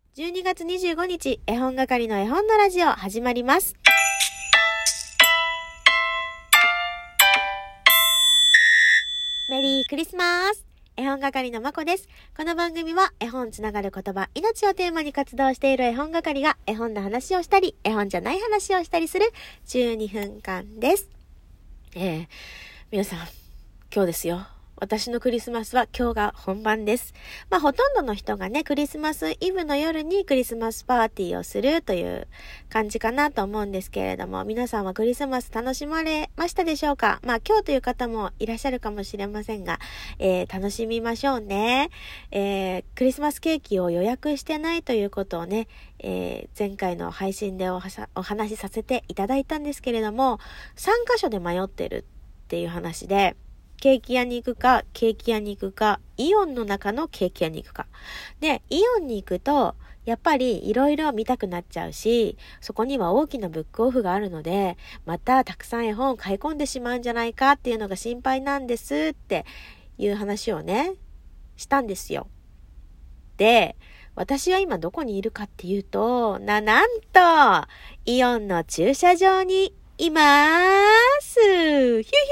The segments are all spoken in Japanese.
12月25日、絵本係の絵本のラジオ始まります。メリークリスマス。絵本係のまこです。この番組は絵本つながる言葉、命をテーマに活動している絵本係が絵本の話をしたり、絵本じゃない話をしたりする12分間です。皆さん、今日ですよ。私のクリスマスは今日が本番です。ほとんどの人がね、クリスマスイブの夜にクリスマスパーティーをするという感じかなと思うんですけれども、皆さんはクリスマス楽しまれましたでしょうか？今日という方もいらっしゃるかもしれませんが、楽しみましょうね。クリスマスケーキを予約してないということをね、前回の配信でお話しさせていただいたんですけれども、3カ所で迷ってるっていう話で、ケーキ屋に行くか、イオンの中のケーキ屋に行くか。で、イオンに行くと、やっぱりいろいろ見たくなっちゃうし、そこには大きなブックオフがあるので、またたくさん絵本を買い込んでしまうんじゃないかっていうのが心配なんですっていう話をね、したんですよ。で、私は今どこにいるかっていうと、なんと、イオンの駐車場にいます。ヒューヒュー。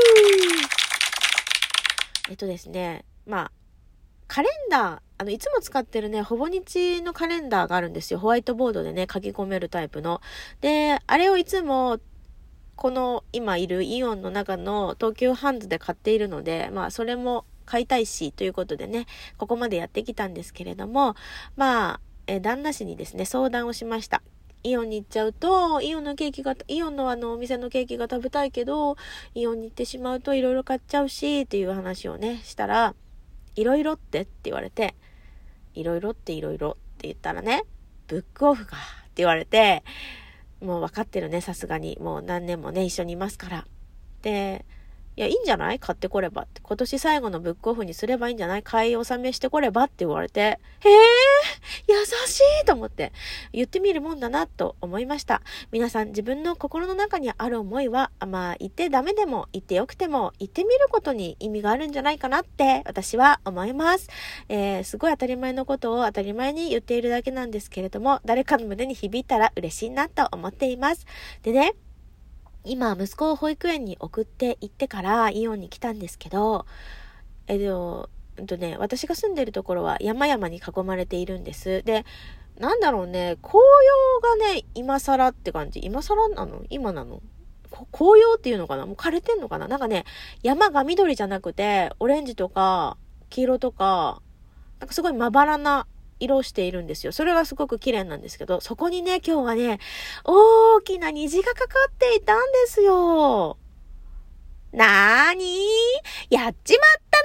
ですね、カレンダー、いつも使ってるね、ほぼ日のカレンダーがあるんですよ。ホワイトボードでね、書き込めるタイプの。で、あれをいつも、この今いるイオンの中の東急ハンズで買っているので、それも買いたいし、ということでね、ここまでやってきたんですけれども、旦那氏にですね、相談をしました。イオンに行っちゃうと、イオンのお店のケーキが食べたいけど、イオンに行ってしまうといろいろ買っちゃうし、っていう話をね、したら、いろいろって言われて、いろいろって言ったらね、ブックオフかって言われて、もう分かってるね、さすがに。もう何年もね、一緒にいますから。で、いや、いいんじゃない？買ってこればって。今年最後のブックオフにすればいいんじゃない？買い納めしてこればって言われて、優しいと思って、言ってみるもんだなと思いました。皆さん自分の心の中にある思いは、言ってダメでも言ってよくても言ってみることに意味があるんじゃないかなって私は思います。すごい当たり前のことを当たり前に言っているだけなんですけれども、誰かの胸に響いたら嬉しいなと思っています。でね、今息子を保育園に送って行ってからイオンに来たんですけど、私が住んでるところは山々に囲まれているんです。で、紅葉がね、今更って感じ。今更なの？今なの？紅葉っていうのかな？もう枯れてんのかな？山が緑じゃなくて、オレンジとか黄色とか、すごいまばらな色をしているんですよ。それがすごく綺麗なんですけど、そこにね、今日はね、大きな虹がかかっていたんですよ。なーにー？やっちまった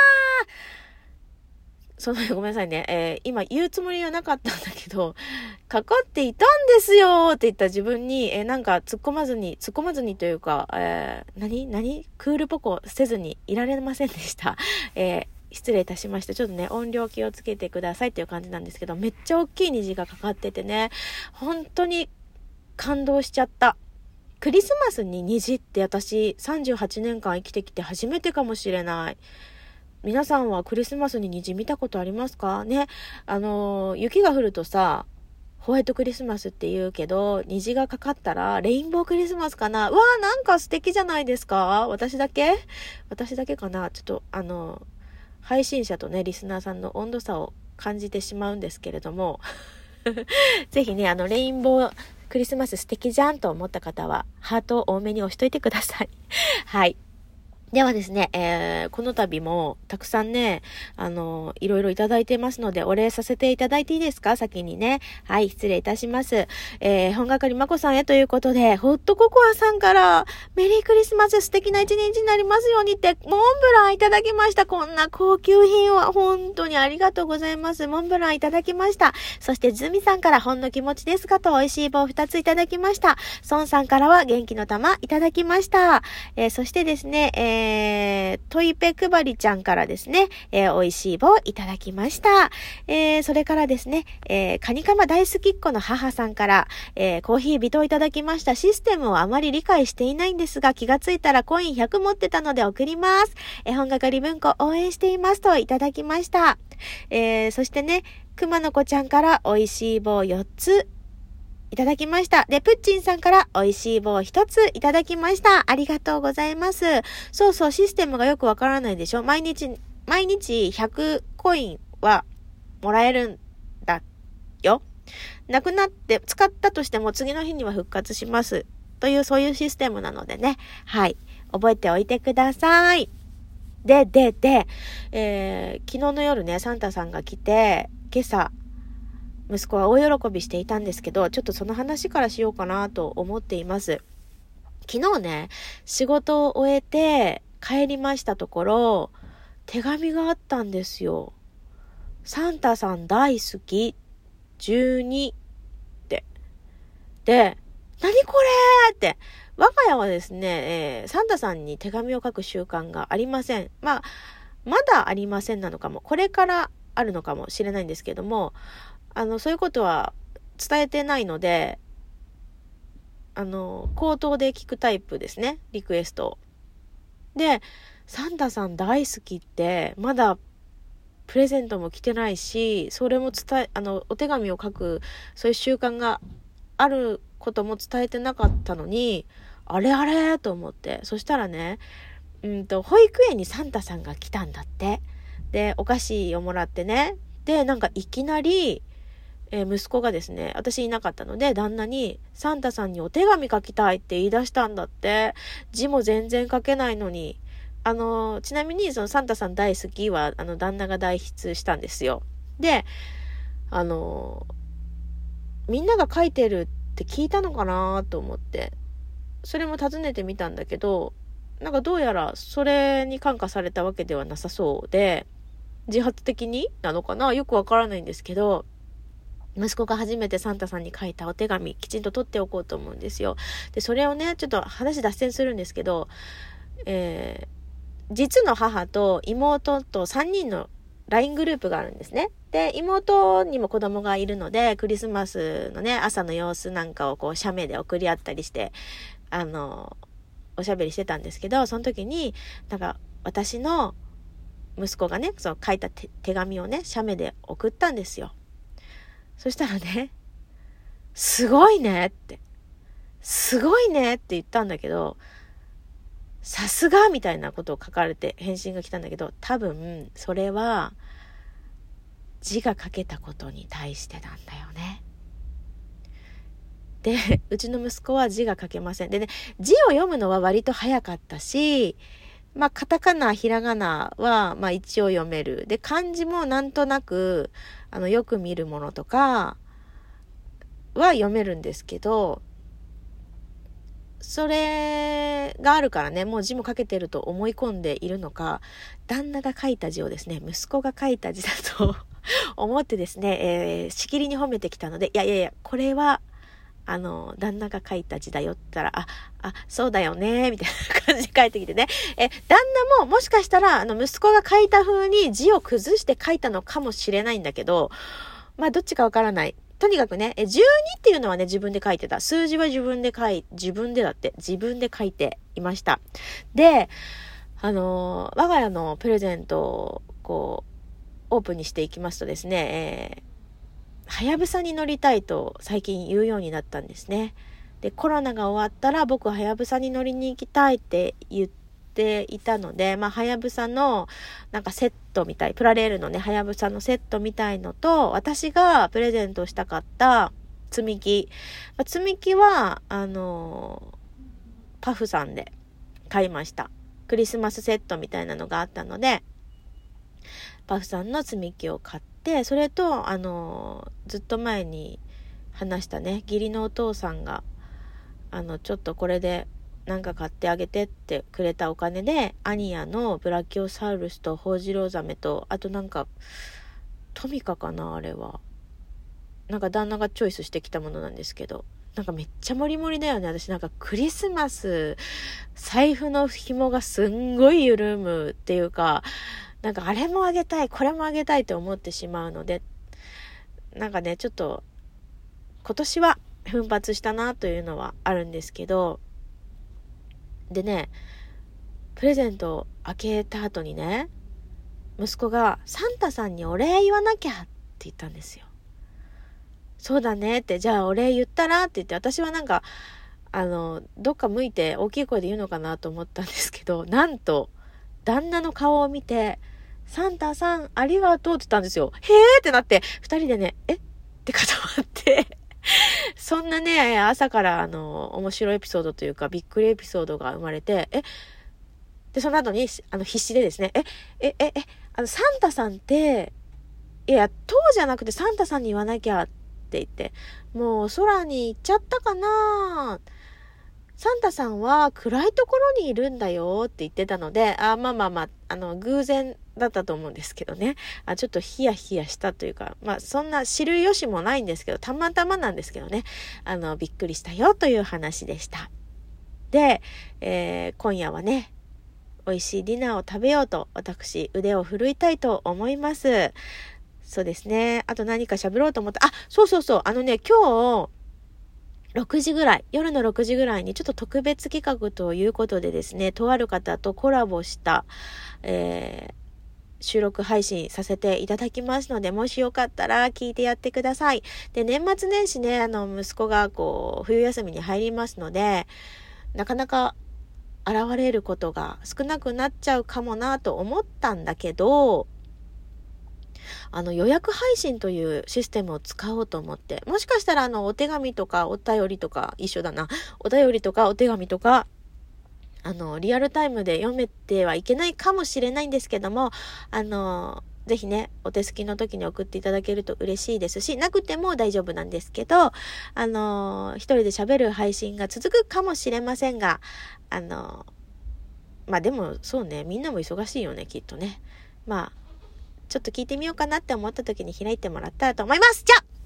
なー。ごめんなさいね。今言うつもりはなかったんだけど、かかっていたんですよって言った自分に、突っ込まずにというか、クールポコせずにいられませんでした。失礼いたしました。ちょっとね、音量気をつけてくださいっていう感じなんですけど、めっちゃ大きい虹がかかっててね、本当に感動しちゃった。クリスマスに虹って私38年間生きてきて初めてかもしれない。皆さんはクリスマスに虹見たことありますかね？雪が降るとさ、ホワイトクリスマスって言うけど、虹がかかったらレインボークリスマスかな？なんか素敵じゃないですか？私だけかな？ちょっと配信者とね、リスナーさんの温度差を感じてしまうんですけれどもぜひね、レインボークリスマス素敵じゃんと思った方はハートを多めに押しといてくださいはい。ではですね、この度もたくさんね、いろいろいただいてますので、お礼させていただいていいですか？先にね。はい、失礼いたします。本係まこさんへということで、ホットココアさんから、メリークリスマス素敵な一日になりますようにって、モンブランいただきました。こんな高級品は本当にありがとうございます。モンブランいただきました。そしてズミさんからほんの気持ちですがと美味しい棒2ついただきました。ソンさんからは元気の玉いただきました。そしてですね、トイペくばりちゃんからですね、美味しい棒いただきました。それからですね、カニカマ大好きっ子の母さんから、コーヒー微糖いただきました。システムをあまり理解していないんですが、気がついたらコイン100持ってたので送ります。絵本係文庫応援していますといただきました。そしてね、 熊の子ちゃんから美味しい棒4ついただきました。で、プッチンさんから美味しい棒1ついただきました。ありがとうございます。そうそう、システムがよくわからないでしょ。毎日100コインはもらえるんだよ。なくなって使ったとしても次の日には復活します。という、そういうシステムなのでね。はい。覚えておいてください。で、昨日の夜ね、サンタさんが来て、今朝、息子は大喜びしていたんですけど、ちょっとその話からしようかなと思っています。昨日ね、仕事を終えて帰りましたところ、手紙があったんですよ。サンタさん大好き、12って。で、何これって。我が家はですね、サンタさんに手紙を書く習慣がありません。まだありませんなのかも。これからあるのかもしれないんですけども、そういうことは伝えてないので、口頭で聞くタイプですね。リクエスト。で、サンタさん大好きって、まだプレゼントも来てないし、それもお手紙を書く、そういう習慣があることも伝えてなかったのに、あれと思って。そしたらね、保育園にサンタさんが来たんだって。で、お菓子をもらってね。で、なんかいきなり、息子がですね、私いなかったので、旦那に、サンタさんにお手紙書きたいって言い出したんだって。字も全然書けないのに。ちなみに、そのサンタさん大好きは、旦那が代筆したんですよ。で、みんなが書いてるって聞いたのかなと思って、それも尋ねてみたんだけど、なんかどうやらそれに感化されたわけではなさそうで、自発的になのかな、よくわからないんですけど、息子が初めてサンタさんに書いたお手紙きちんと取っておこうと思うんですよ。で、それをね、ちょっと話脱線するんですけど、実の母と妹と3人の LINE グループがあるんですね。で、妹にも子供がいるので、クリスマスのね、朝の様子なんかをこう、写メで送り合ったりして、おしゃべりしてたんですけど、その時に、なんか、私の息子がね、その書いた手紙をね、写メで送ったんですよ。そしたらね、すごいねって、すごいねって言ったんだけど、さすがみたいなことを書かれて返信が来たんだけど、多分、それは、字が書けたことに対してなんだよね。で、うちの息子は字が書けません。でね、字を読むのは割と早かったし、カタカナ、ひらがなは、一応読める。で、漢字もなんとなく、よく見るものとかは読めるんですけど、それがあるからね、もう字も書けてると思い込んでいるのか、旦那が書いた字をですね、息子が書いた字だと思ってですね、しきりに褒めてきたので、いや、これは、旦那が書いた字だよって言ったら、そうだよね、みたいな感じで書いてきてね。旦那ももしかしたら、息子が書いた風に字を崩して書いたのかもしれないんだけど、どっちかわからない。とにかくね、12っていうのはね、自分で書いてた。数字は自分で書いていました。で、我が家のプレゼントを、こう、オープンにしていきますとですね、はやぶさに乗りたいと最近言うようになったんですね。で、コロナが終わったら僕はやぶさに乗りに行きたいって言っていたので、はやぶさのなんかセットみたい、プラレールのね、はやぶさのセットみたいのと、私がプレゼントしたかった積み木。積み木は、パフさんで買いました。クリスマスセットみたいなのがあったので、パフさんの積み木を買って、それと、ずっと前に話したね、義理のお父さんが、ちょっとこれでなんか買ってあげてってくれたお金で、アニヤのブラキオサウルスとホウジロウザメと、あとなんか、トミカかなあれは。なんか旦那がチョイスしてきたものなんですけど、なんかめっちゃモリモリだよね。私なんかクリスマス、財布の紐がすんごい緩むっていうか、なんかあれもあげたい、これもあげたいと思ってしまうので、なんかね、ちょっと今年は奮発したなというのはあるんですけど、でね、プレゼントを開けた後にね、息子がサンタさんにお礼言わなきゃっ言ったんですよ。そうだねって、じゃあお礼言ったらって言って、私はなんか、どっか向いて大きい声で言うのかなと思ったんですけど、なんと、旦那の顔を見て、サンタさんありがとうって言ったんですよ。へーってなって、二人でね、って固まって、そんなね、朝から面白いエピソードというか、びっくりエピソードが生まれて、で、その後に、必死でですね、サンタさんって、いや、当じゃなくてサンタさんに言わなきゃって言って、もう空に行っちゃったかな。サンタさんは暗いところにいるんだよって言ってたので、偶然だったと思うんですけどね。ちょっとヒヤヒヤしたというか、そんな知る由もないんですけど、たまたまなんですけどね。びっくりしたよという話でした。で、今夜はね、美味しいディナーを食べようと、私、腕を振るいたいと思います。そうですね。あと何か喋ろうと思った。そう。今日、夜の6時ぐらいにちょっと特別企画ということでですね、とある方とコラボした、収録配信させていただきますので、もしよかったら聞いてやってください。で、年末年始ね、息子が冬休みに入りますので、なかなか現れることが少なくなっちゃうかもなと思ったんだけど、予約配信というシステムを使おうと思って、もしかしたらお手紙とかお便りとか一緒だな。お便りとかお手紙とか、リアルタイムで読めてはいけないかもしれないんですけども、ぜひね、お手すきの時に送っていただけると嬉しいですし、なくても大丈夫なんですけど、一人で喋る配信が続くかもしれませんが、でもそうね、みんなも忙しいよね、きっとね。ちょっと聞いてみようかなって思った時に開いてもらったらと思います。じゃあ